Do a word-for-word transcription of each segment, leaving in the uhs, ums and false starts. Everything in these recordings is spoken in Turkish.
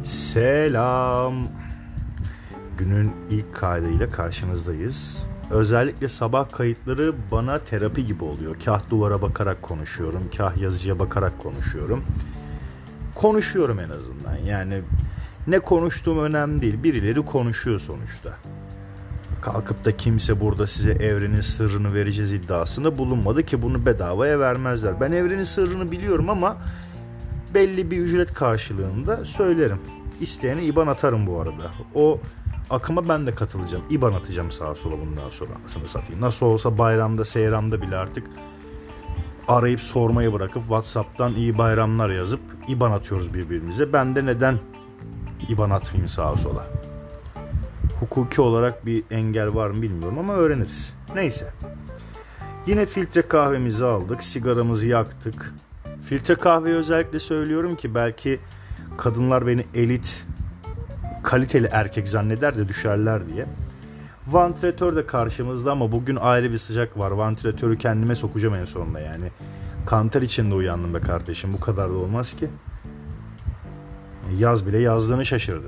Selam. Günün ilk kaydıyla karşınızdayız. Özellikle sabah kayıtları bana terapi gibi oluyor. Kah duvara bakarak konuşuyorum, kah yazıcıya bakarak konuşuyorum. Konuşuyorum en azından. Yani ne konuştuğum önemli değil. Birileri konuşuyor sonuçta. Kalkıp da kimse burada size evrenin sırrını vereceğiz iddiasında bulunmadı ki bunu bedavaya vermezler. Ben evrenin sırrını biliyorum ama belli bir ücret karşılığında söylerim. İsteyene İban atarım bu arada. O akıma ben de katılacağım. İban atacağım sağa sola bundan sonra. Aslında satayım. Nasıl olsa bayramda, seyramda bile artık arayıp sormayı bırakıp WhatsApp'tan iyi bayramlar yazıp İban atıyoruz birbirimize. Ben de neden İban atmayayım sağa sola? Hukuki olarak bir engel var mı bilmiyorum ama öğreniriz. Neyse. Yine filtre kahvemizi aldık. Sigaramızı yaktık. Filtre kahveyi özellikle söylüyorum ki belki kadınlar beni elit, kaliteli erkek zanneder de düşerler diye. Vantilatör de karşımızda ama bugün ayrı bir sıcak var. Vantilatörü kendime sokacağım en sonunda yani. Kanter içinde uyandım be kardeşim. Bu kadar da olmaz ki. Yaz bile yazdığını şaşırdı.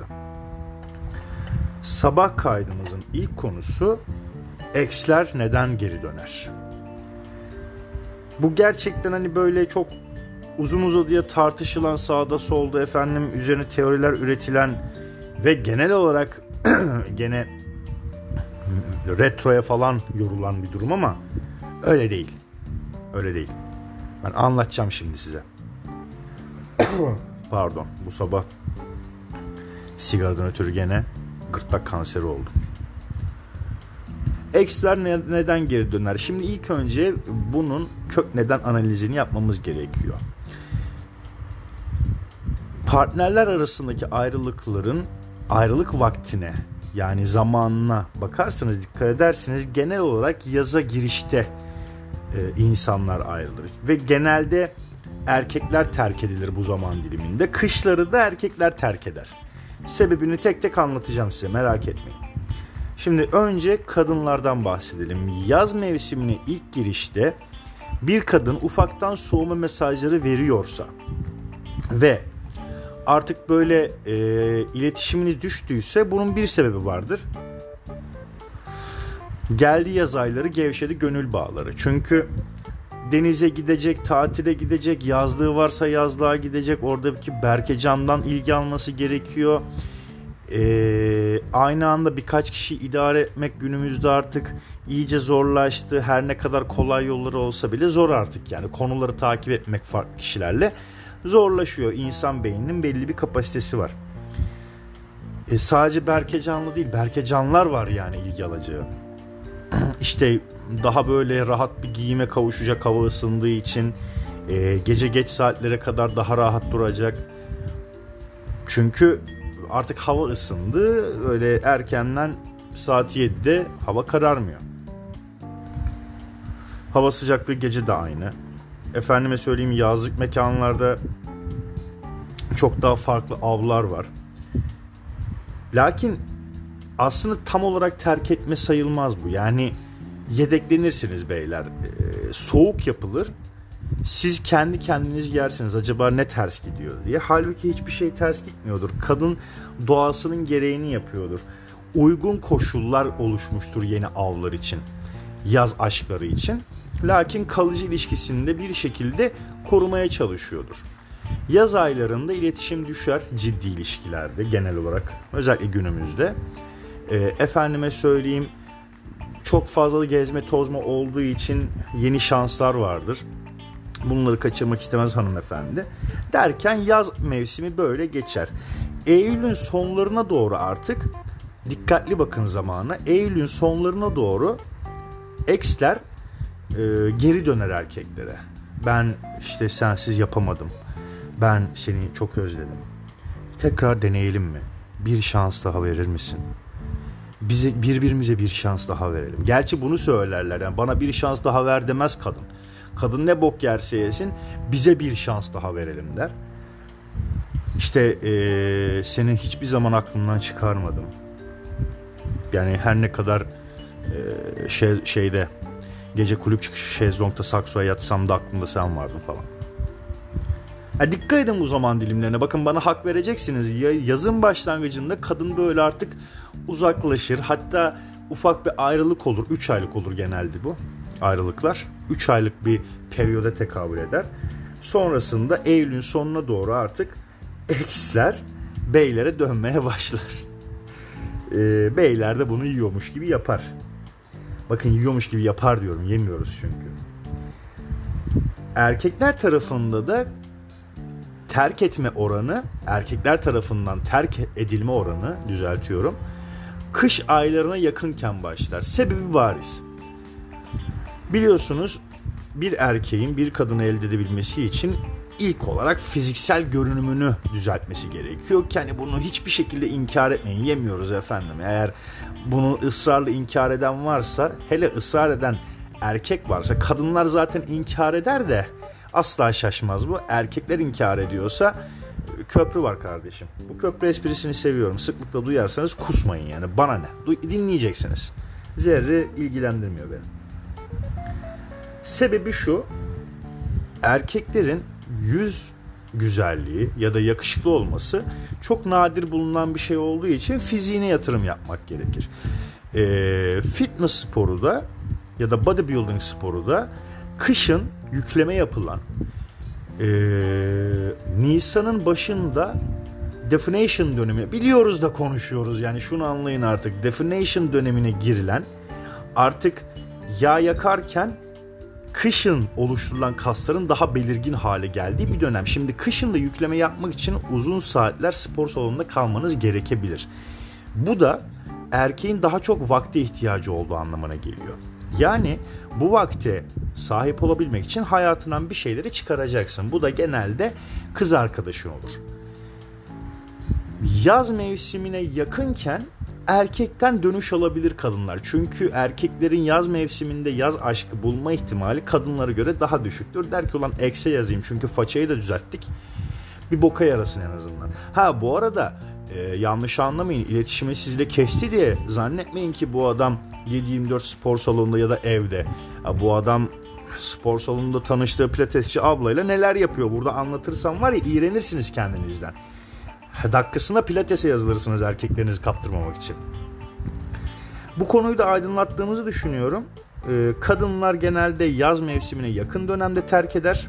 Sabah kaydımızın ilk konusu eksler neden geri döner? Bu gerçekten hani böyle çok uzun uzadıya tartışılan, sağda solda efendim üzerine teoriler üretilen ve genel olarak gene retroya falan yorulan bir durum ama öyle değil. Öyle değil. Ben anlatacağım şimdi size. Pardon, bu sabah sigaradan ötürü gene gırtlak kanseri oldu. Eksler ne, neden geri döner? Şimdi ilk önce bunun kök neden analizini yapmamız gerekiyor. Partnerler arasındaki ayrılıkların ayrılık vaktine yani zamanına bakarsanız, dikkat ederseniz genel olarak yaza girişte e, insanlar ayrılır. Ve genelde erkekler terk edilir bu zaman diliminde. Kışları da erkekler terk eder. Sebebini tek tek anlatacağım size, merak etmeyin. Şimdi önce kadınlardan bahsedelim. Yaz mevsimine ilk girişte bir kadın ufaktan soğuma mesajları veriyorsa ve artık böyle e, iletişiminiz düştüyse bunun bir sebebi vardır. Geldi yaz ayları, gevşedi gönül bağları. Çünkü denize gidecek, tatile gidecek, yazlığı varsa yazlığa gidecek, oradaki Berkecan'dan ilgi alması gerekiyor. Ee, aynı anda birkaç kişi idare etmek günümüzde artık iyice zorlaştı. Her ne kadar kolay yolları olsa bile zor artık, yani konuları takip etmek farklı kişilerle zorlaşıyor. İnsan beyninin belli bir kapasitesi var. E, sadece Berkecanlı değil, Berkecanlar var yani ilgi alacağı. İşte daha böyle rahat bir giyime kavuşacak hava ısındığı için e, gece geç saatlere kadar daha rahat duracak. Çünkü artık hava ısındı. Öyle erkenden saat yedide hava kararmıyor. Hava sıcaklığı gece de aynı. Efendime söyleyeyim, yazlık mekanlarda çok daha farklı avlar var. Lakin aslında tam olarak terk etme sayılmaz bu. Yani yedeklenirsiniz beyler. Ee, soğuk yapılır. Siz kendi kendiniz yersiniz. Acaba ne ters gidiyor diye. Halbuki hiçbir şey ters gitmiyordur. Kadın doğasının gereğini yapıyordur. Uygun koşullar oluşmuştur yeni avlar için. Yaz aşkları için. Lakin kalıcı ilişkisini de bir şekilde korumaya çalışıyordur. Yaz aylarında iletişim düşer ciddi ilişkilerde genel olarak. Özellikle günümüzde. E, efendime söyleyeyim, çok fazla gezme tozma olduğu için yeni şanslar vardır. Bunları kaçırmak istemez hanımefendi. Derken yaz mevsimi böyle geçer. Eylül'ün sonlarına doğru artık dikkatli bakın zamana. Eylül'ün sonlarına doğru eksler e, geri döner erkeklere. Ben işte sensiz yapamadım. Ben seni çok özledim. Tekrar deneyelim mi? Bir şans daha verir misin? Bize birbirimize bir şans daha verelim. Gerçi bunu söylerler. Yani bana bir şans daha ver demez kadın. Kadın ne bok yerse yesin, bize bir şans daha verelim der. İşte ee, seni hiçbir zaman aklımdan çıkarmadım. Yani her ne kadar ee, şey, şeyde gece kulüp çıkışı şezlongda saksoya yatsam da aklımda sen vardın falan. Ha, dikkat edin bu zaman dilimlerine. Bakın, bana hak vereceksiniz. Ya, yazın başlangıcında kadın böyle artık uzaklaşır. Hatta ufak bir ayrılık olur. üç aylık olur genelde bu ayrılıklar. üç aylık bir periyoda tekabül eder. Sonrasında Eylül'ün sonuna doğru artık eksler beylere dönmeye başlar. Ee, beyler de bunu yiyormuş gibi yapar. Bakın, yiyormuş gibi yapar diyorum. Yemiyoruz çünkü. Erkekler tarafında da terk etme oranı, erkekler tarafından terk edilme oranı, düzeltiyorum, kış aylarına yakınken başlar. Sebebi bariz. Biliyorsunuz, bir erkeğin bir kadını elde edebilmesi için ilk olarak fiziksel görünümünü düzeltmesi gerekiyor. Yani bunu hiçbir şekilde inkar etmeyin. Yemiyoruz efendim. Eğer bunu ısrarla inkar eden varsa, hele ısrar eden erkek varsa, kadınlar zaten inkar eder de asla şaşmaz bu. Erkekler inkar ediyorsa köprü var kardeşim. Bu köprü esprisini seviyorum. Sıklıkla duyarsanız kusmayın yani. Bana ne? Du- dinleyeceksiniz. Zerre ilgilendirmiyor beni. Sebebi şu: erkeklerin yüz güzelliği ya da yakışıklı olması çok nadir bulunan bir şey olduğu için fiziğine yatırım yapmak gerekir. Ee, fitness sporu da ya da bodybuilding sporu da kışın yükleme yapılan, ee, Nisan'ın başında definition dönemi, biliyoruz da konuşuyoruz yani, şunu anlayın artık, definition dönemine girilen, artık yağ yakarken kışın oluşturulan kasların daha belirgin hale geldiği bir dönem. Şimdi kışın da yükleme yapmak için uzun saatler spor salonunda kalmanız gerekebilir. Bu da erkeğin daha çok vakte ihtiyacı olduğu anlamına geliyor. Yani bu vakte sahip olabilmek için hayatından bir şeyleri çıkaracaksın. Bu da genelde kız arkadaşın olur. Yaz mevsimine yakınken erkekten dönüş alabilir kadınlar. Çünkü erkeklerin yaz mevsiminde yaz aşkı bulma ihtimali kadınlara göre daha düşüktür. Der ki, ulan ekse yazayım çünkü façayı da düzelttik, bir boka yarasın en azından. Ha, bu arada e, yanlış anlamayın, iletişimi sizle kesti diye zannetmeyin ki bu adam yedi yirmi dört spor salonunda ya da evde. Ha, bu adam spor salonunda tanıştığı pilatesçi ablayla neler yapıyor. Burada anlatırsam var ya, iğrenirsiniz kendinizden. Dakikasına pilatese yazılırsınız erkeklerinizi kaptırmamak için. Bu konuyu da aydınlattığımızı düşünüyorum. Ee, kadınlar genelde yaz mevsimine yakın dönemde terk eder.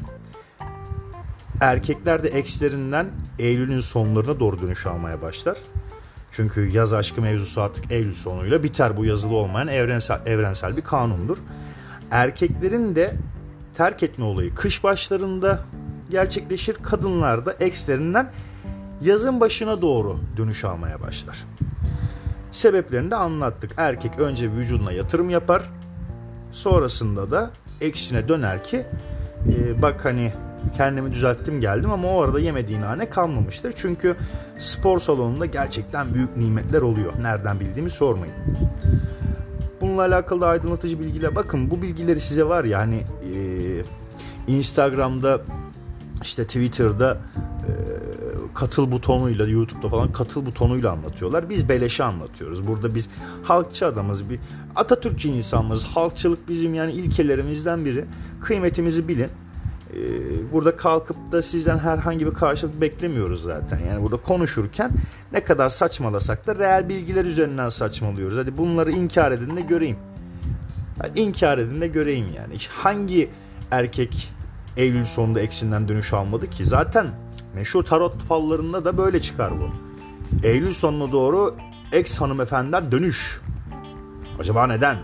Erkekler de ekslerinden Eylül'ün sonlarına doğru dönüş almaya başlar. Çünkü yaz aşkı mevzusu artık Eylül sonuyla biter. Bu yazılı olmayan evrensel, evrensel bir kanundur. Erkeklerin de terk etme olayı kış başlarında gerçekleşir. Kadınlar da ekslerinden yazın başına doğru dönüş almaya başlar. Sebeplerini de anlattık. Erkek önce vücuduna yatırım yapar. Sonrasında da eksine döner ki e, bak hani kendimi düzelttim geldim, ama o arada yemediği nane kalmamıştır. Çünkü spor salonunda gerçekten büyük nimetler oluyor. Nereden bildiğimi sormayın. Bununla alakalı da aydınlatıcı bilgiler. Bakın, bu bilgileri size var ya hani e, Instagram'da, işte Twitter'da e, katıl butonuyla, YouTube'da falan katıl butonuyla anlatıyorlar. Biz beleşe anlatıyoruz. Burada biz halkçı adamız, bir Atatürkçü insanlarız. Halkçılık bizim yani ilkelerimizden biri. Kıymetimizi bilin. Ee, burada kalkıp da sizden herhangi bir karşılık beklemiyoruz zaten. Yani burada konuşurken ne kadar saçmalasak da reel bilgiler üzerinden saçmalıyoruz. Hadi bunları inkar edin de göreyim. Yani inkar edin de göreyim yani. Hangi erkek Eylül sonunda eksinden dönüş almadı ki? Zaten meşhur tarot fallarında da böyle çıkar bu. Eylül sonuna doğru ex hanımefendiden dönüş. Acaba neden?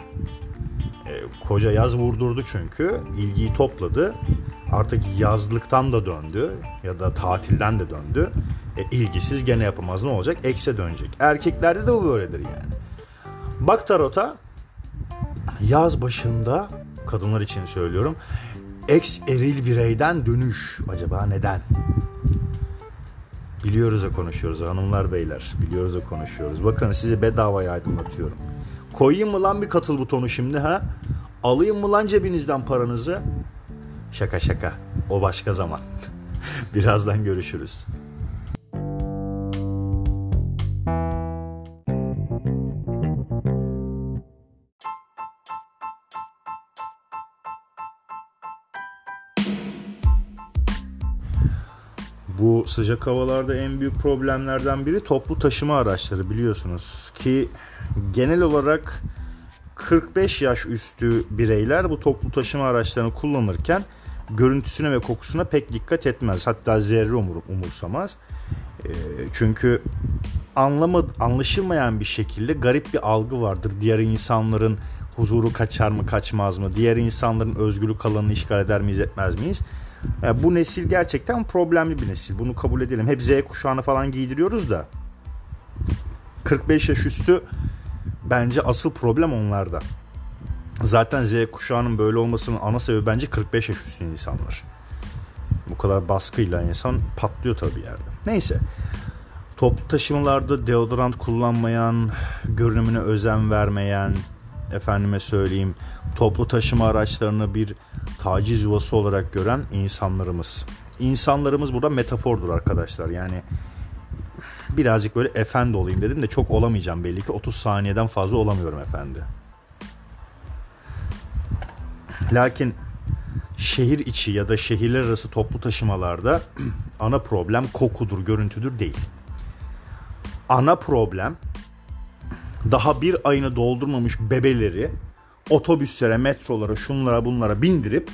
E, koca yaz vurdurdu çünkü. İlgiyi topladı. Artık yazlıktan da döndü. Ya da tatilden de döndü. E, ilgisiz gene yapamaz. Ne olacak? Ex'e dönecek. Erkeklerde de bu böyledir yani. Bak tarota, yaz başında, kadınlar için söylüyorum, ex eril bireyden dönüş. Acaba neden? Biliyoruz da konuşuyoruz hanımlar beyler. Biliyoruz da konuşuyoruz. Bakın, sizi bedavaya aydınlatıyorum. Koyayım mı lan bir katıl butonu şimdi ha? Alayım mı lan cebinizden paranızı? Şaka şaka. O başka zaman. Birazdan görüşürüz. Bu sıcak havalarda en büyük problemlerden biri toplu taşıma araçları, biliyorsunuz ki genel olarak kırk beş yaş üstü bireyler bu toplu taşıma araçlarını kullanırken görüntüsüne ve kokusuna pek dikkat etmez. Hatta zerre umur, umursamaz. E, çünkü anlama, anlaşılmayan bir şekilde garip bir algı vardır. Diğer insanların huzuru kaçar mı kaçmaz mı? Diğer insanların özgürlük alanını işgal eder miyiz etmez miyiz? Yani bu nesil gerçekten problemli bir nesil. Bunu kabul edelim. Hep Z kuşağını falan giydiriyoruz da kırk beş yaş üstü bence asıl problem onlarda. Zaten Z kuşağının böyle olmasının ana sebebi bence kırk beş yaş üstü insanlar. Bu kadar baskıyla insan patlıyor tabii yerde. Neyse. Toplu taşımalarda deodorant kullanmayan, görünümüne özen vermeyen, efendime söyleyeyim, toplu taşıma araçlarını bir taciz yuvası olarak gören insanlarımız. İnsanlarımız burada metafordur arkadaşlar. Yani birazcık böyle efendi olayım dedim de çok olamayacağım belli ki. otuz saniyeden fazla olamıyorum efendi. Lakin şehir içi ya da şehirler arası toplu taşımalarda ana problem kokudur, görüntüdür değil. Ana problem daha bir ayını doldurmamış bebeleri otobüslere, metrolara, şunlara bunlara bindirip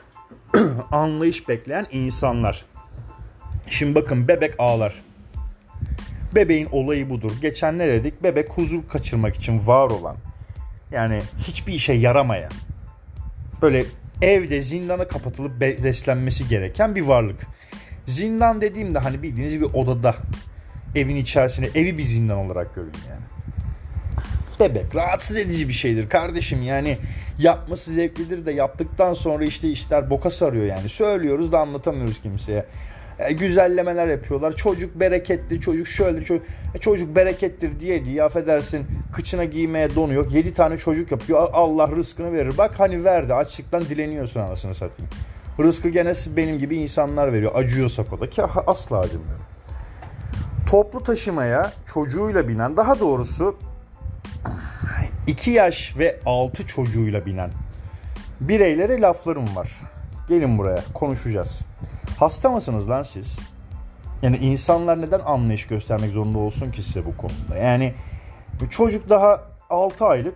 anlayış bekleyen insanlar. Şimdi bakın, bebek ağlar. Bebeğin olayı budur. Geçen ne dedik? Bebek huzur kaçırmak için var olan, yani hiçbir işe yaramayan, böyle evde zindana kapatılıp beslenmesi gereken bir varlık. Zindan dediğimde hani bildiğiniz bir odada, evin içerisine, evi bir zindan olarak görün yani. Bebek rahatsız edici bir şeydir kardeşim, yani yapması zevklidir de yaptıktan sonra işte işler boka sarıyor yani. Söylüyoruz da anlatamıyoruz kimseye. E, güzellemeler yapıyorlar. Çocuk bereketli, çocuk şöyledir, çocuk, e, çocuk berekettir diye diye affedersin, kıçına giymeye donu yok. Yedi tane çocuk yapıyor. Allah rızkını verir. Bak hani verdi. Açlıktan dileniyorsun anasını satayım. Rızkı gene benim gibi insanlar veriyor. Acıyorsak o da, ki asla acımıyorum. Toplu taşımaya çocuğuyla binen, daha doğrusu iki yaş ve altı çocuğuyla binen bireylere laflarım var. Gelin buraya, konuşacağız. Hasta mısınız lan siz? Yani insanlar neden anlayış göstermek zorunda olsun ki size bu konuda? Yani çocuk daha altı aylık,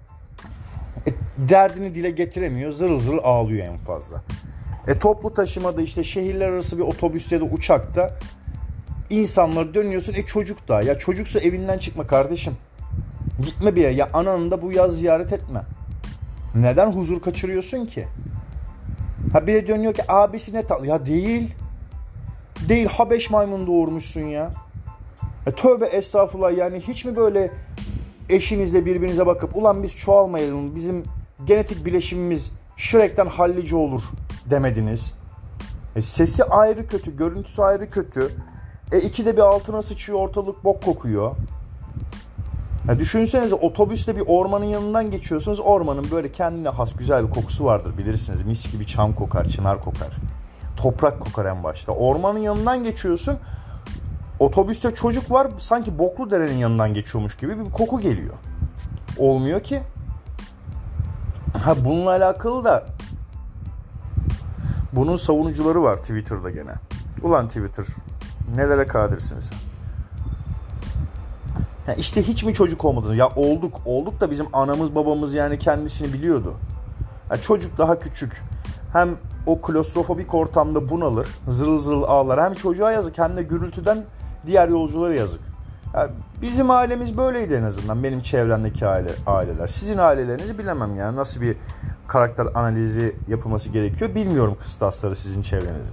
e, derdini dile getiremiyor, zırıl zırıl ağlıyor en fazla. E, toplu taşımada işte şehirler arası bir otobüste ya da uçakta insanlar dönüyorsun, e çocuk da. Ya çocuksa evinden çıkma kardeşim. Gitme bir yere. Ya ananı da bu yaz ziyaret etme. Neden huzur kaçırıyorsun ki? Ha bir de dönüyor ki abisi ne tatlı. Ya değil. Değil, Habeş maymun doğurmuşsun ya. E tövbe estağfurullah, yani hiç mi böyle eşinizle birbirinize bakıp ulan biz çoğalmayalım, bizim genetik bileşimimiz Shrek'ten hallice olur demediniz? E sesi ayrı kötü, görüntüsü ayrı kötü. E ikide bir altına sıçıyor, ortalık bok kokuyor. Ya düşünsenize, otobüsle bir ormanın yanından geçiyorsunuz. Ormanın böyle kendine has güzel bir kokusu vardır, bilirsiniz. Mis gibi çam kokar, çınar kokar. Toprak kokar en başta. Ormanın yanından geçiyorsun. Otobüste çocuk var, sanki Bokludere'nin yanından geçiyormuş gibi bir koku geliyor. Olmuyor ki. Ha bununla alakalı da bunun savunucuları var Twitter'da gene. Ulan Twitter, nelere kadirsiniz? Ya işte hiç mi çocuk olmadınız? Ya olduk, olduk da bizim anamız babamız yani kendisini biliyordu. Ya çocuk daha küçük. Hem o klostrofobik ortamda bunalır, zırıl zırıl ağlar. Hem çocuğa yazık, hem de gürültüden diğer yolculara yazık. Ya bizim ailemiz böyleydi en azından, benim çevremdeki aile, aileler. Sizin ailelerinizi bilemem yani, nasıl bir karakter analizi yapılması gerekiyor bilmiyorum, kıstasları sizin çevrenizin.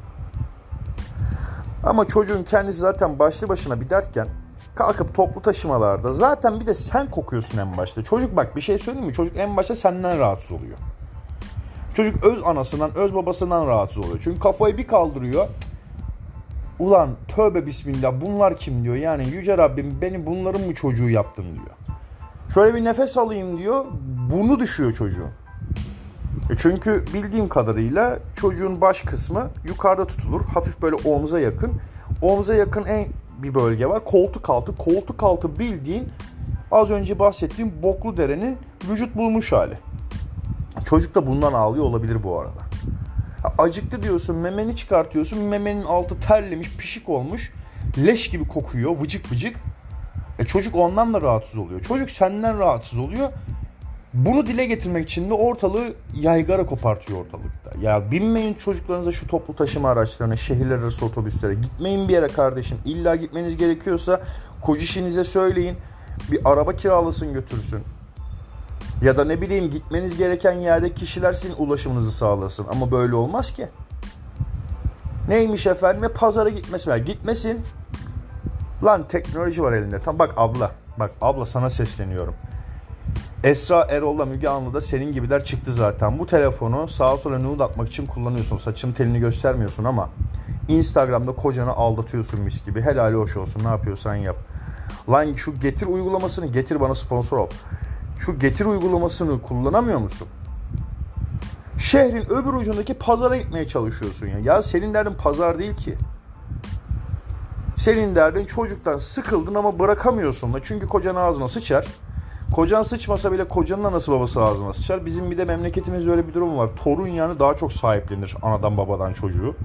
Ama çocuğun kendisi zaten başlı başına bir dertken kalkıp toplu taşımalarda zaten bir de sen kokuyorsun en başta. Çocuk, bak bir şey söyleyeyim mi? Çocuk en başta senden rahatsız oluyor. Çocuk öz anasından, öz babasından rahatsız oluyor. Çünkü kafayı bir kaldırıyor. Ulan tövbe bismillah, bunlar kim diyor. Yani yüce Rabbim, beni bunların mı çocuğu yaptın diyor. Şöyle bir nefes alayım diyor. Burnu düşüyor çocuğun. E çünkü bildiğim kadarıyla çocuğun baş kısmı yukarıda tutulur. Hafif böyle omza yakın. Omza yakın en bir bölge var. Koltuk altı. Koltuk altı bildiğin az önce bahsettiğim Bokludere'nin vücut bulmuş hali. Çocuk da bundan ağlıyor olabilir bu arada. Acıktı diyorsun, memeni çıkartıyorsun. Memenin altı terlemiş, pişik olmuş. Leş gibi kokuyor, vıcık vıcık. E çocuk ondan da rahatsız oluyor. Çocuk senden rahatsız oluyor. Bunu dile getirmek için de ortalığı yaygara kopartıyor ortalıkta. Ya binmeyin çocuklarınıza şu toplu taşıma araçlarına, şehirler arası otobüslere. Gitmeyin bir yere kardeşim. İlla gitmeniz gerekiyorsa kocişinize söyleyin. Bir araba kiralasın götürsün. Ya da ne bileyim gitmeniz gereken yerde kişiler sizin ulaşımınızı sağlasın. Ama böyle olmaz ki. Neymiş efendim? Pazara gitmesin. Yani gitmesin. Lan teknoloji var elinde. Tam bak abla. Bak abla sana sesleniyorum. Esra Erol'la Müge Anlı'da senin gibiler çıktı zaten. Bu telefonu sağa sola nude atmak için kullanıyorsun. Saçın telini göstermiyorsun ama Instagram'da kocanı aldatıyorsun mis gibi. Helali hoş olsun. Ne yapıyorsan yap. Lan şu Getir uygulamasını getir bana sponsor ol. Şu Getir uygulamasını kullanamıyor musun? Şehrin öbür ucundaki pazara gitmeye çalışıyorsun ya. Ya senin derdin pazar değil ki. Senin derdin çocuktan sıkıldın ama bırakamıyorsun da. Çünkü kocan ağzına sıçar. Kocan sıçmasa bile kocanın anası babası ağzına sıçar. Bizim bir de memleketimizde öyle bir durum var. Torun yani daha çok sahiplenir anadan babadan çocuğu.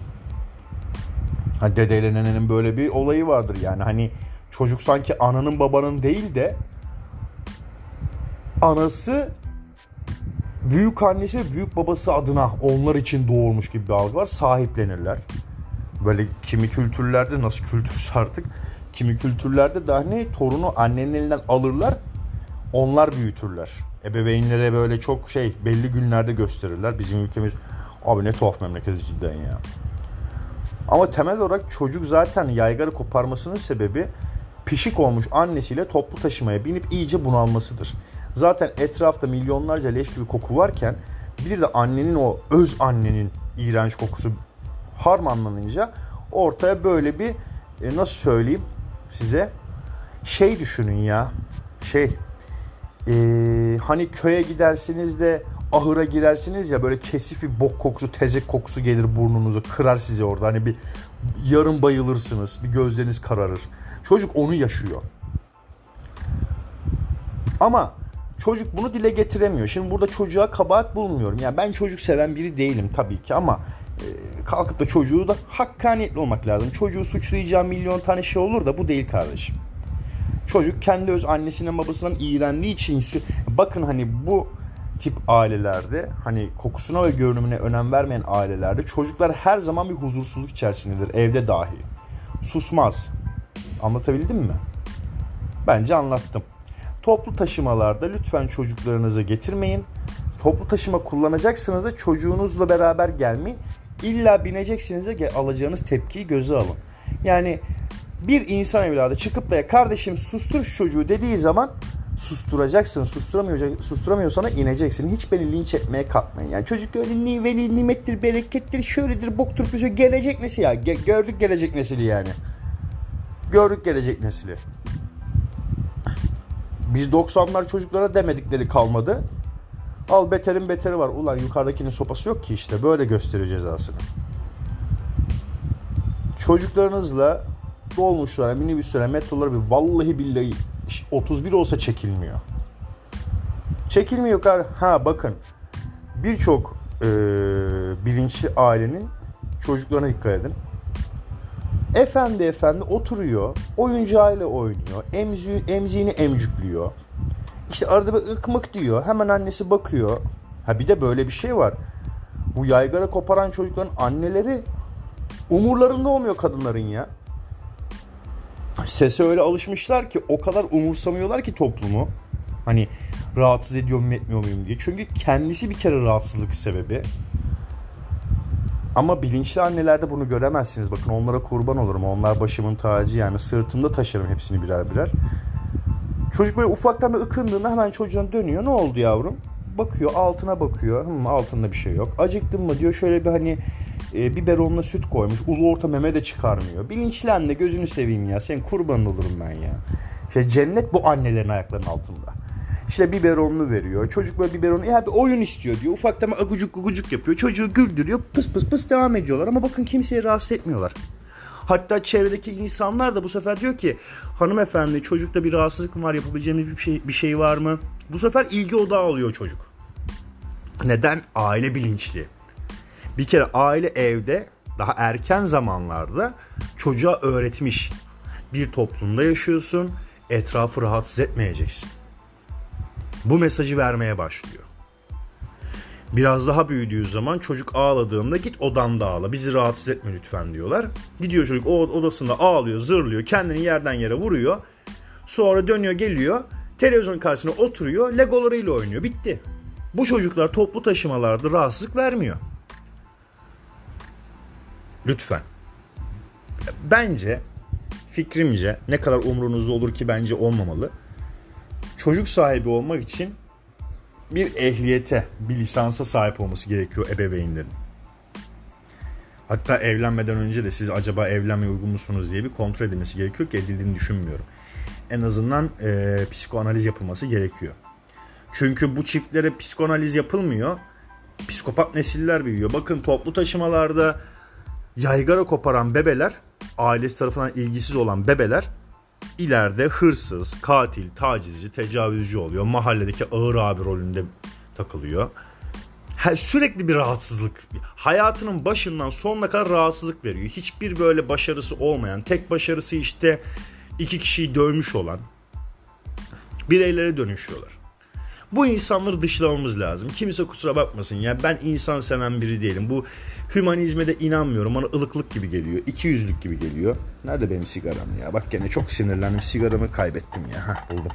Hani dedeyle nenenin böyle bir olayı vardır yani. Hani çocuk sanki ananın babanın değil de anası büyük annesi ve büyük babası adına onlar için doğurmuş gibi bir algı var. Sahiplenirler. Böyle kimi kültürlerde nasıl kültürse artık kimi kültürlerde de hani torunu annenin elinden alırlar. Onlar büyütürler. Ebeveynlere böyle çok şey belli günlerde gösterirler. Bizim ülkemiz abi ne tuhaf memleket cidden ya. Ama temel olarak çocuk zaten yaygara koparmasının sebebi pişik olmuş annesiyle toplu taşımaya binip iyice bunalmasıdır. Zaten etrafta milyonlarca leş gibi koku varken bir de annenin o öz annenin iğrenç kokusu harmanlanınca ortaya böyle bir e, nasıl söyleyeyim size şey düşünün ya şey e, hani köye gidersiniz de ahıra girersiniz ya böyle kesif bir bok kokusu tezek kokusu gelir burnunuzu kırar sizi orada hani bir yarım bayılırsınız bir gözleriniz kararır. Çocuk onu yaşıyor. Ama çocuk bunu dile getiremiyor. Şimdi burada çocuğa kabahat bulmuyorum. Yani ben çocuk seven biri değilim tabii ki ama e, kalkıp da çocuğu da hakkaniyetli olmak lazım. Çocuğu suçlayacağım milyon tane şey olur da bu değil kardeşim. Çocuk kendi öz annesinden babasından iğrendiği için bakın hani bu tip ailelerde hani kokusuna ve görünümüne önem vermeyen ailelerde çocuklar her zaman bir huzursuzluk içerisindedir. Evde dahi. Susmaz. Anlatabildim mi? Bence anlattım. Toplu taşımalarda lütfen çocuklarınızı getirmeyin. Toplu taşıma kullanacaksınız da çocuğunuzla beraber gelmeyin. İlla bineceksiniz de alacağınız tepkiyi göze alın. Yani bir insan evladı çıkıp da ya kardeşim sustur şu çocuğu dediği zaman susturacaksın. Susturamıyor, susturamıyorsan da ineceksin. Hiç beni linç etmeye kalkmayın. Yani çocuk öyle veli nimettir, berekettir, şöyledir, boktur, püsü gelecek nesil ya. Ge- gördük gelecek nesili yani. Gördük gelecek nesili. Biz doksanlar çocuklara demedikleri kalmadı. Al beterin beteri var. Ulan yukarıdakinin sopası yok ki işte. Böyle gösteriyor cezasını. Çocuklarınızla dolmuşlara, minibüslere, metrolara bir vallahi billahi otuz bir olsa çekilmiyor. Çekilmiyor. Ha bakın. Birçok e, bilinçli ailenin çocuklarına dikkat edin. Efendi efendi oturuyor, oyuncağıyla oynuyor, emzi, emziğini emcükliyor. İşte arada bir ıkmık diyor, hemen annesi bakıyor. Ha bir de böyle bir şey var. Bu yaygara koparan çocukların anneleri umurlarında olmuyor kadınların ya. Sese öyle alışmışlar ki o kadar umursamıyorlar ki toplumu. Hani rahatsız ediyor mu etmiyor muyum diye. Çünkü kendisi bir kere rahatsızlık sebebi. Ama bilinçli annelerde bunu göremezsiniz. Bakın onlara kurban olurum. Onlar başımın tacı yani sırtımda taşırım hepsini birer birer. Çocuk böyle ufaktan bir ıkındığında hemen çocuğuna dönüyor. Ne oldu yavrum? Bakıyor altına bakıyor. Hı, altında bir şey yok. Acıktın mı diyor. Şöyle bir hani e, biberonla süt koymuş. Ulu orta meme de çıkarmıyor. Bilinçli anne gözünü seveyim ya. Senin kurbanın olurum ben ya. İşte cennet bu annelerin ayaklarının altında. İşte biberonlu veriyor. Çocuk böyle biberonu ya bir oyun istiyor diyor. Ufaktan agucuk agucuk yapıyor. Çocuğu güldürüyor. Pıs pıs pıs devam ediyorlar. Ama bakın kimseyi rahatsız etmiyorlar. Hatta çevredeki insanlar da bu sefer diyor ki hanımefendi çocukta bir rahatsızlık mı var? Yapabileceğimiz bir şey, bir şey var mı? Bu sefer ilgi odağı alıyor çocuk. Neden? Aile bilinçli. Bir kere aile evde daha erken zamanlarda çocuğa öğretmiş. Bir toplumda yaşıyorsun, etrafı rahatsız etmeyeceksin. Bu mesajı vermeye başlıyor. Biraz daha büyüdüğü zaman çocuk ağladığında git odanda ağla, bizi rahatsız etme lütfen diyorlar. Gidiyor çocuk o odasında ağlıyor, zırlıyor, kendini yerden yere vuruyor. Sonra dönüyor geliyor, televizyon karşısına oturuyor, legolarıyla oynuyor, bitti. Bu çocuklar toplu taşımalarda rahatsızlık vermiyor. Lütfen. Bence, fikrimce, ne kadar umrunuzda olur ki bence olmamalı. Çocuk sahibi olmak için bir ehliyete, bir lisansa sahip olması gerekiyor ebeveynlerin. Hatta evlenmeden önce de siz acaba evlenmeye uygun musunuz diye bir kontrol edilmesi gerekiyor ki edildiğini düşünmüyorum. En azından e, psikoanaliz yapılması gerekiyor. Çünkü bu çiftlere psikoanaliz yapılmıyor. Psikopat nesiller büyüyor. Bakın toplu taşımalarda yaygara koparan bebeler, ailesi tarafından ilgisiz olan bebeler ileride hırsız, katil, tacizci, tecavüzcü oluyor. Mahalledeki ağır abi rolünde takılıyor. Her, sürekli bir rahatsızlık. Hayatının başından sonuna kadar rahatsızlık veriyor. Hiçbir böyle başarısı olmayan, tek başarısı işte iki kişiyi dövmüş olan bireylere dönüşüyorlar. Bu insanları dışlamamız lazım. Kimse kusura bakmasın. Yani ben insan seven biri değilim. Bu hümanizme de inanmıyorum. Bana ılıklık gibi geliyor. İkiyüzlülük gibi geliyor. Nerede benim sigaram ya? Bak gene çok sinirlendim. Sigaramı kaybettim ya. Hah, buldum.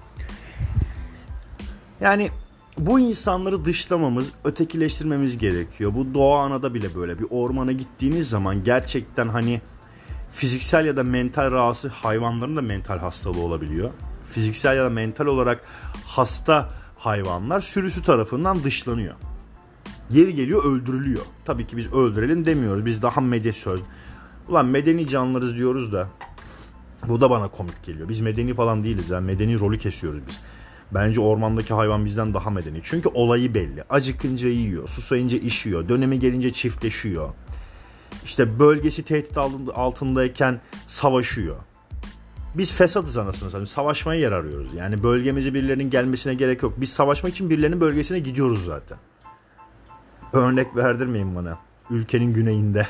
Yani bu insanları dışlamamız, ötekileştirmemiz gerekiyor. Bu doğa anada bile böyle. Bir ormana gittiğiniz zaman gerçekten hani fiziksel ya da mental rahatsız hayvanların da mental hastalığı olabiliyor. Fiziksel ya da mental olarak hasta hayvanlar sürüsü tarafından dışlanıyor. Yeri geliyor öldürülüyor. Tabii ki biz öldürelim demiyoruz. Biz daha medeni söz. Ulan medeni canlılarız diyoruz da bu da bana komik geliyor. Biz medeni falan değiliz ya. Medeni rolü kesiyoruz biz. Bence ormandaki hayvan bizden daha medeni. Çünkü olayı belli. Acıkınca yiyor, susayınca işiyor, dönemi gelince çiftleşiyor. İşte bölgesi tehdit altındayken savaşıyor. Biz fesatız anasını satayım. Savaşmaya yer arıyoruz. Yani bölgemize birilerinin gelmesine gerek yok. Biz savaşmak için birilerinin bölgesine gidiyoruz zaten. Örnek verdirmeyin bana. Ülkenin güneyinde.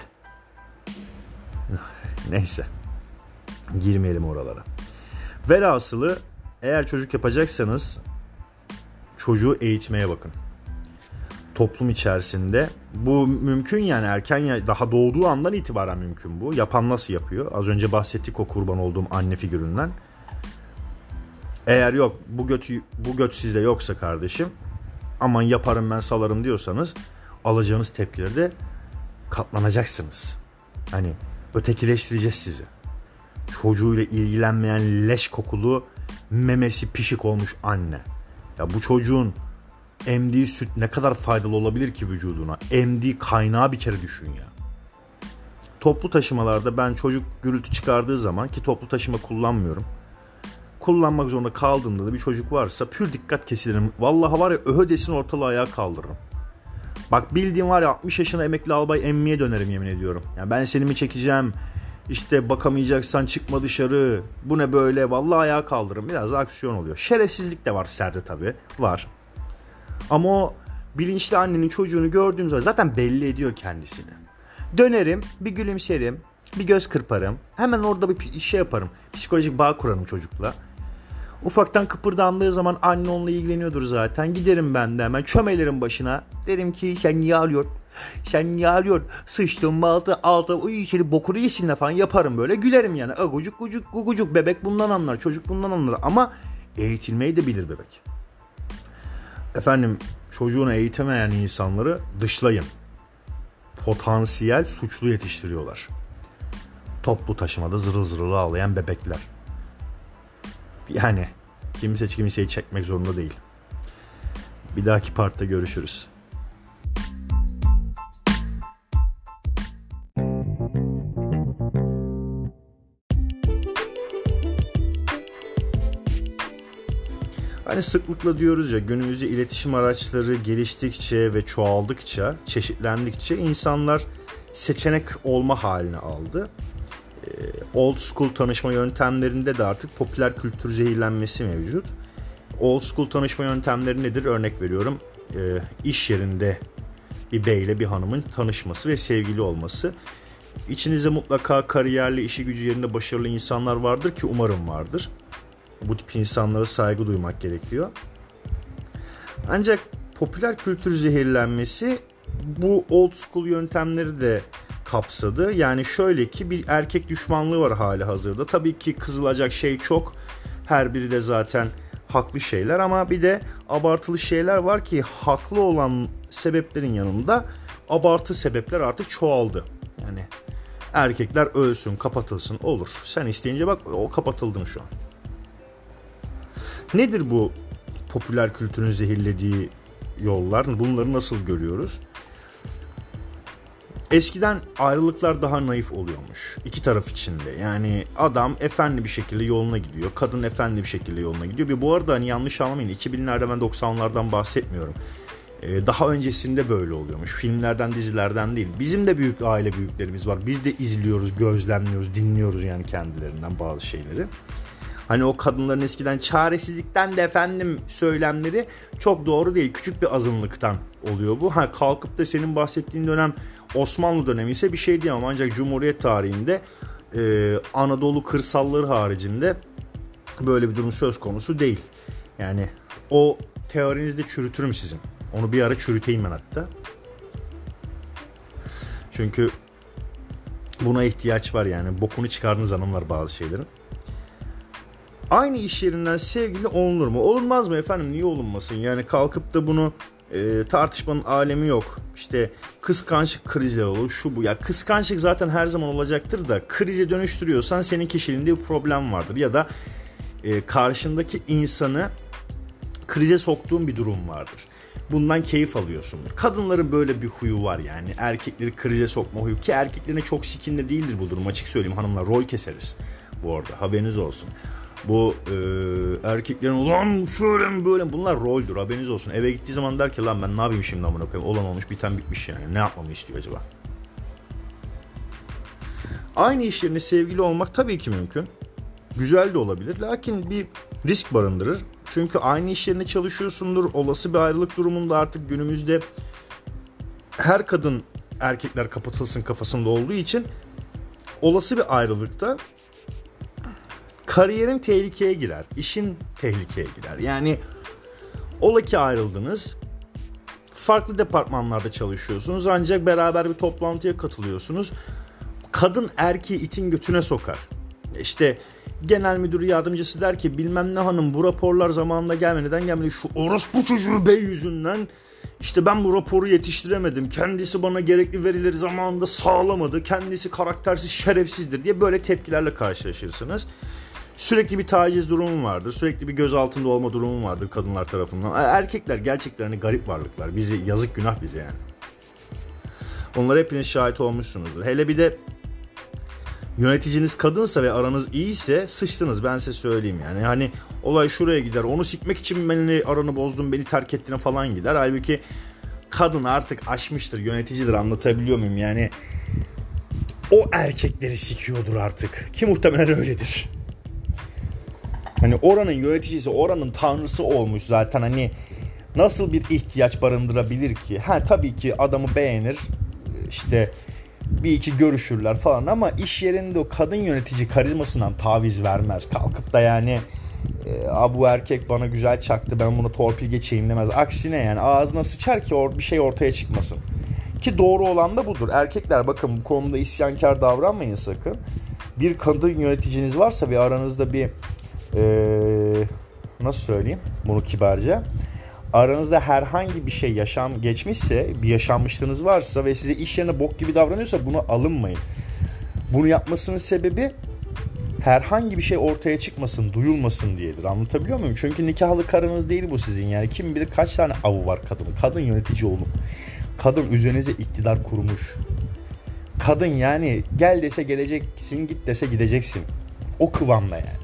Neyse. Girmeyelim oralara. Velhasılı eğer çocuk yapacaksanız çocuğu eğitmeye bakın. Toplum içerisinde bu mümkün, yani erken, daha doğduğu andan itibaren mümkün bu. Yapan nasıl yapıyor? Az önce bahsettik o kurban olduğum anne figüründen. Eğer yok bu göt, bu göt sizde yoksa kardeşim, aman yaparım ben salarım diyorsanız alacağınız tepkileri de katlanacaksınız. Hani ötekileştireceğiz sizi. Çocuğuyla ilgilenmeyen leş kokulu, memesi pişik olmuş anne. Ya bu çocuğun emdiği süt ne kadar faydalı olabilir ki vücuduna? Emdiği kaynağı bir kere düşün ya. Toplu taşımalarda ben çocuk gürültü çıkardığı zaman, ki toplu taşıma kullanmıyorum, kullanmak zorunda kaldığımda da bir çocuk varsa pür dikkat kesilirim. Vallahi var ya, öhödesin ortalığı ayağa kaldırırım. Bak bildiğim var ya, altmış yaşında emekli albay emmiye dönerim yemin ediyorum. Yani ben seni mi çekeceğim? İşte bakamayacaksan çıkma dışarı. Bu ne böyle? Vallahi ayağa kaldırırım. Biraz da aksiyon oluyor. Şerefsizlik de var serde tabii. Var. Ama o bilinçli annenin çocuğunu gördüğüm zaman zaten belli ediyor kendisini. Dönerim, bir gülümserim, bir göz kırparım. Hemen orada bir şey yaparım. Psikolojik bağ kurarım çocukla. Ufaktan kıpırdandığı zaman anne onunla ilgileniyordur zaten. Giderim ben de hemen çömelerim başına. Derim ki sen niye ağlıyorsun? Sen niye ağlıyorsun? Sıçtın mı altı altı uy seni bokunu yesinle falan yaparım böyle. Gülerim yani. Agucuk gucuk gugucuk, bebek bundan anlar, çocuk bundan anlar. Ama eğitilmeyi de bilir bebek. Efendim, çocuğunu eğitemeyen insanları dışlayın. Potansiyel suçlu yetiştiriyorlar. Toplu taşımada zırıl zırıl ağlayan bebekler. Yani kimse kimseyi çekmek zorunda değil. Bir dahaki partta görüşürüz. Hani sıklıkla diyoruz ya, günümüzde iletişim araçları geliştikçe ve çoğaldıkça, çeşitlendikçe insanlar seçenek olma haline aldı. Old school tanışma yöntemlerinde de artık popüler kültür zehirlenmesi mevcut. Old school tanışma yöntemleri nedir? Örnek veriyorum. İş yerinde bir beyle bir hanımın tanışması ve sevgili olması. İçinizde mutlaka kariyerli, işi gücü yerinde başarılı insanlar vardır ki umarım vardır. Bu tip insanlara saygı duymak gerekiyor. Ancak popüler kültür zehirlenmesi bu old school yöntemleri de kapsadı. Yani şöyle ki bir erkek düşmanlığı var hali hazırda. Tabii ki kızılacak şey çok. Her biri de zaten haklı şeyler ama bir de abartılı şeyler var ki haklı olan sebeplerin yanında abartı sebepler artık çoğaldı. Yani erkekler ölsün, kapatılsın olur. Sen isteyince bak o kapatıldın şu an. Nedir bu popüler kültürün zehirlediği yollar? Bunları nasıl görüyoruz? Eskiden ayrılıklar daha naif oluyormuş. İki taraf içinde. Yani adam efendi bir şekilde yoluna gidiyor. Kadın efendi bir şekilde yoluna gidiyor. Ve bu arada hani yanlış anlamayın. iki binlerde ben doksanlardan bahsetmiyorum. Ee, daha öncesinde böyle oluyormuş. Filmlerden, dizilerden değil. Bizim de büyük aile büyüklerimiz var. Biz de izliyoruz, gözlemliyoruz, dinliyoruz yani kendilerinden bazı şeyleri. Hani o kadınların eskiden çaresizlikten de efendim söylemleri çok doğru değil. Küçük bir azınlıktan oluyor bu. Ha, kalkıp da senin bahsettiğin dönem Osmanlı dönemi ise bir şey diyemem. Ancak Cumhuriyet tarihinde e, Anadolu kırsalları haricinde böyle bir durum söz konusu değil. Yani o teorinizde çürütürüm sizin. Onu bir ara çürüteyim ben hatta. Çünkü buna ihtiyaç var yani. Bokunu çıkardığınız hanımlar bazı şeylerin. Aynı iş yerinden sevgili olunur mu? Olunmaz mı efendim? Niye olunmasın? Yani kalkıp da bunu e, tartışmanın alemi yok. İşte kıskançlık krizleri olur, şu bu. Ya kıskançlık zaten her zaman olacaktır da krize dönüştürüyorsan senin kişiliğinde bir problem vardır. Ya da e, karşındaki insanı krize soktuğun bir durum vardır. Bundan keyif alıyorsundur. Kadınların böyle bir huyu var yani. Erkekleri krize sokma huyu. Ki erkeklerine çok sikinde değildir bu durum. Açık söyleyeyim hanımlar, rol keseriz bu arada. Haberiniz olsun. Bu e, erkeklerin ulan şöyle mi böyle mi? Bunlar roldür, haberiniz olsun. Eve gittiği zaman der ki lan ben ne yapayım şimdi amına koyayım. Olan olmuş biten bitmiş yani. Ne yapmamı istiyor acaba? Aynı iş yerine sevgili olmak tabii ki mümkün. Güzel de olabilir. Lakin bir risk barındırır. Çünkü aynı iş yerine çalışıyorsundur. Olası bir ayrılık durumunda artık günümüzde her kadın erkekler kapatılsın kafasında olduğu için olası bir ayrılıkta kariyerin tehlikeye girer. İşin tehlikeye girer. Yani ola ki ayrıldınız. Farklı departmanlarda çalışıyorsunuz. Ancak beraber bir toplantıya katılıyorsunuz. Kadın erkeği itin götüne sokar. İşte genel müdür yardımcısı der ki bilmem ne hanım bu raporlar zamanında gelmedi. Neden gelmedi? Şu orospu çocuğu bey yüzünden işte ben bu raporu yetiştiremedim. Kendisi bana gerekli verileri zamanında sağlamadı. Kendisi karaktersiz, şerefsizdir diye böyle tepkilerle karşılaşırsınız. Sürekli bir taciz durumu vardır. Sürekli bir göz altında olma durumu vardır kadınlar tarafından. Erkekler gerçekten hani garip varlıklar. Bizi yazık günah bize yani. Onlara hepiniz şahit olmuşsunuzdur. Hele bir de yöneticiniz kadınsa ve aranız iyiyse sıçtınız, ben size söyleyeyim yani. Hani olay şuraya gider. Onu sikmek için beni aranı bozdun, beni terk ettiğine falan gider. Halbuki kadın artık aşmıştır, yöneticidir, anlatabiliyor muyum? Yani o erkekleri sikiyordur artık. Ki muhtemelen öyledir. Hani oranın yöneticisi, oranın tanrısı olmuş zaten, hani nasıl bir ihtiyaç barındırabilir ki? Ha tabii ki adamı beğenir, işte bir iki görüşürler falan ama iş yerinde o kadın yönetici karizmasından taviz vermez. Kalkıp da yani e, bu erkek bana güzel çaktı ben bunu torpil geçeyim demez. Aksine yani ağzına sıçar ki or- bir şey ortaya çıkmasın. Ki doğru olan da budur. Erkekler bakın bu konuda isyankar davranmayın sakın. Bir kadın yöneticiniz varsa ve aranızda bir Ee, nasıl söyleyeyim bunu kibarca, aranızda herhangi bir şey yaşam geçmişse, bir yaşanmışlığınız varsa ve size iş yerine bok gibi davranıyorsa buna alınmayın. Bunu yapmasının sebebi herhangi bir şey ortaya çıkmasın, duyulmasın diyedir. Anlatabiliyor muyum? Çünkü nikahlı karınız değil bu sizin yani. Kim bilir kaç tane avı var kadının. Kadın yönetici oğlum. Kadın üzerinize iktidar kurmuş. Kadın yani gel dese geleceksin, git dese gideceksin. O kıvamda yani.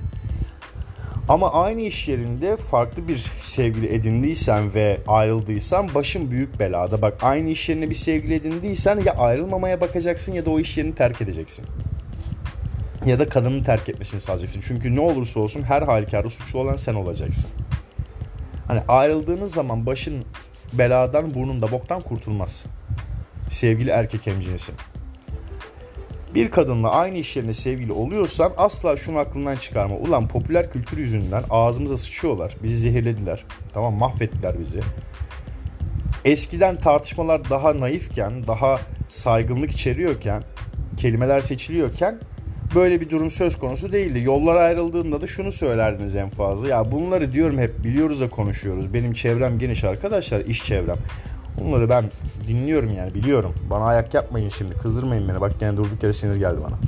Ama aynı iş yerinde farklı bir sevgili edindiysen ve ayrıldıysan başın büyük belada. Bak aynı iş yerine bir sevgili edindiysen ya ayrılmamaya bakacaksın ya da o iş yerini terk edeceksin. Ya da kadının terk etmesini sağlayacaksın. Çünkü ne olursa olsun her halükarda suçlu olan sen olacaksın. Hani ayrıldığınız zaman başın beladan, burnunda boktan kurtulmaz. Sevgili erkek hemcinsin. Bir kadınla aynı iş yerine sevgili oluyorsan asla şunu aklından çıkarma. Ulan popüler kültür yüzünden ağzımıza sıçıyorlar. Bizi zehirlediler. Tamam, mahvettiler bizi. Eskiden tartışmalar daha naifken, daha saygınlık içeriyorken, kelimeler seçiliyorken böyle bir durum söz konusu değildi. Yollar ayrıldığında da şunu söylerdiniz en fazla. Ya bunları diyorum hep biliyoruz da konuşuyoruz. Benim çevrem geniş arkadaşlar, iş çevrem. Bunları ben dinliyorum yani, biliyorum. Bana ayak yapmayın şimdi, kızdırmayın beni. Bak yani durduk yere sinir geldi bana.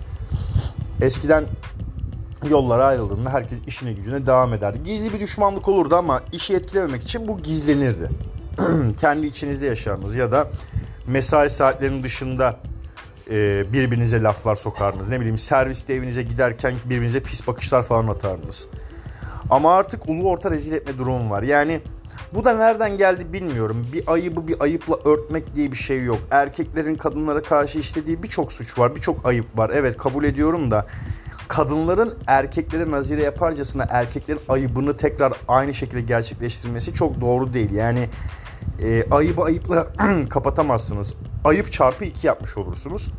Eskiden yollara ayrıldığında herkes işine gücüne devam ederdi. Gizli bir düşmanlık olurdu ama işi etkilememek için bu gizlenirdi. Kendi içinizde yaşardınız ya da mesai saatlerinin dışında e, birbirinize laflar sokardınız. Ne bileyim, serviste evinize giderken birbirinize pis bakışlar falan atardınız. Ama artık ulu orta rezil etme durumu var. Yani bu da nereden geldi bilmiyorum. Bir ayıbı bir ayıpla örtmek diye bir şey yok. Erkeklerin kadınlara karşı işlediği birçok suç var, birçok ayıp var. Evet, kabul ediyorum da kadınların erkeklere nazire yaparcasına erkeklerin ayıbını tekrar aynı şekilde gerçekleştirmesi çok doğru değil. Yani e, ayıbı ayıpla kapatamazsınız. Ayıp çarpı iki yapmış olursunuz.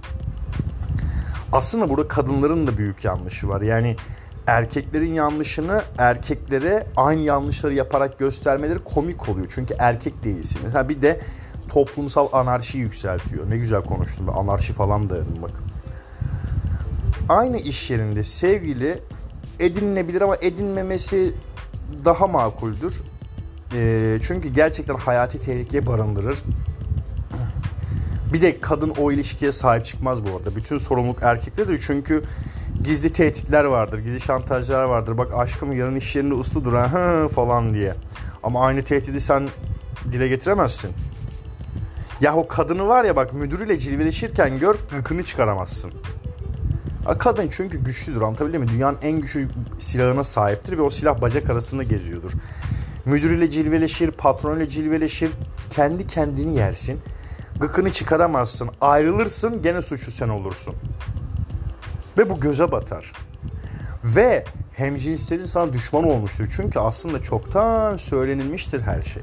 Aslında burada kadınların da büyük yanlışı var. Yani erkeklerin yanlışını erkeklere aynı yanlışları yaparak göstermeleri komik oluyor. Çünkü erkek değilsiniz. Ha bir de toplumsal anarşi yükseltiyor. Ne güzel konuştum ben. Anarşi falan da dedim bak. Aynı iş yerinde sevgili edinilebilir ama edinmemesi daha makuldür. E, çünkü gerçekten hayati tehlikeye barındırır. Bir de kadın o ilişkiye sahip çıkmaz bu arada. Bütün sorumluluk erkektedir. Çünkü gizli tehditler vardır, gizli şantajlar vardır. Bak aşkım yarın iş yerinde usludur ha falan diye. Ama aynı tehdidi sen dile getiremezsin. Ya o kadını var ya bak, müdürüyle cilveleşirken gör, hıkını çıkaramazsın. Kadın çünkü güçlüdür, anlatabildim mi? Dünyanın en güçlü silahına sahiptir ve o silah bacak arasında geziyordur. Müdürüyle cilveleşir, patronuyla cilveleşir, kendi kendini yersin. Gıkını çıkaramazsın, ayrılırsın, gene suçlu sen olursun. Ve bu göze batar. Ve hemcinslerin sana düşman olmuştur. Çünkü aslında çoktan söylenilmiştir her şey.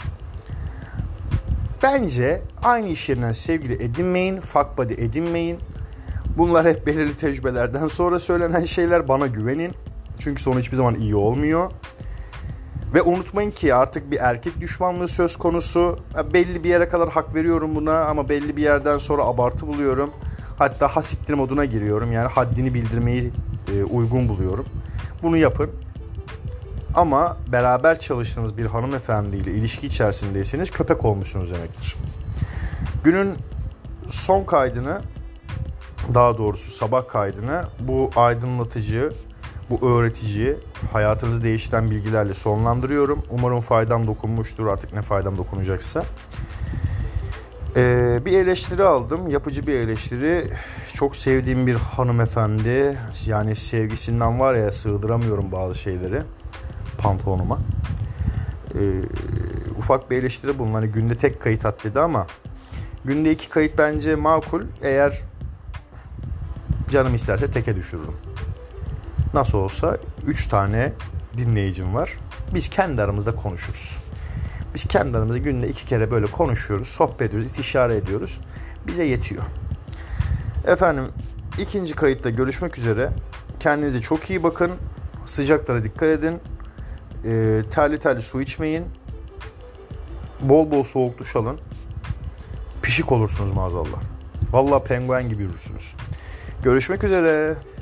Bence aynı iş yerinden sevgili edinmeyin, fuck buddy edinmeyin. Bunlar hep belirli tecrübelerden sonra söylenen şeyler, bana güvenin. Çünkü sonu hiçbir zaman iyi olmuyor. Ve unutmayın ki artık bir erkek düşmanlığı söz konusu. Belli bir yere kadar hak veriyorum buna ama belli bir yerden sonra abartı buluyorum. Hatta hasiktir moduna giriyorum. Yani haddini bildirmeyi e, uygun buluyorum. Bunu yapın. Ama beraber çalıştığınız bir hanımefendiyle ilişki içerisindeyseniz köpek olmuşsunuz demektir. Günün son kaydını, daha doğrusu sabah kaydını bu aydınlatıcı, bu öğretici, hayatınızı değiştiren bilgilerle sonlandırıyorum. Umarım faydam dokunmuştur, artık ne faydam dokunacaksa. Ee, bir eleştiri aldım, yapıcı bir eleştiri. Çok sevdiğim bir hanımefendi, yani sevgisinden var ya sığdıramıyorum bazı şeyleri pantolonuma. Ee, ufak bir eleştiri bulun. Hani günde tek kayıt at dedi ama günde iki kayıt bence makul. Eğer canım isterse teke düşürürüm. Nasıl olsa üç tane dinleyicim var. Biz kendi aramızda konuşuruz. Biz kendi aramızda günde iki kere böyle konuşuyoruz, sohbet ediyoruz, istişare ediyoruz. Bize yetiyor. Efendim, ikinci kayıtta görüşmek üzere. Kendinize çok iyi bakın. Sıcaklara dikkat edin. E, terli terli su içmeyin. Bol bol soğuk duş alın. Pişik olursunuz maazallah. Vallahi penguen gibi yürürsünüz. Görüşmek üzere.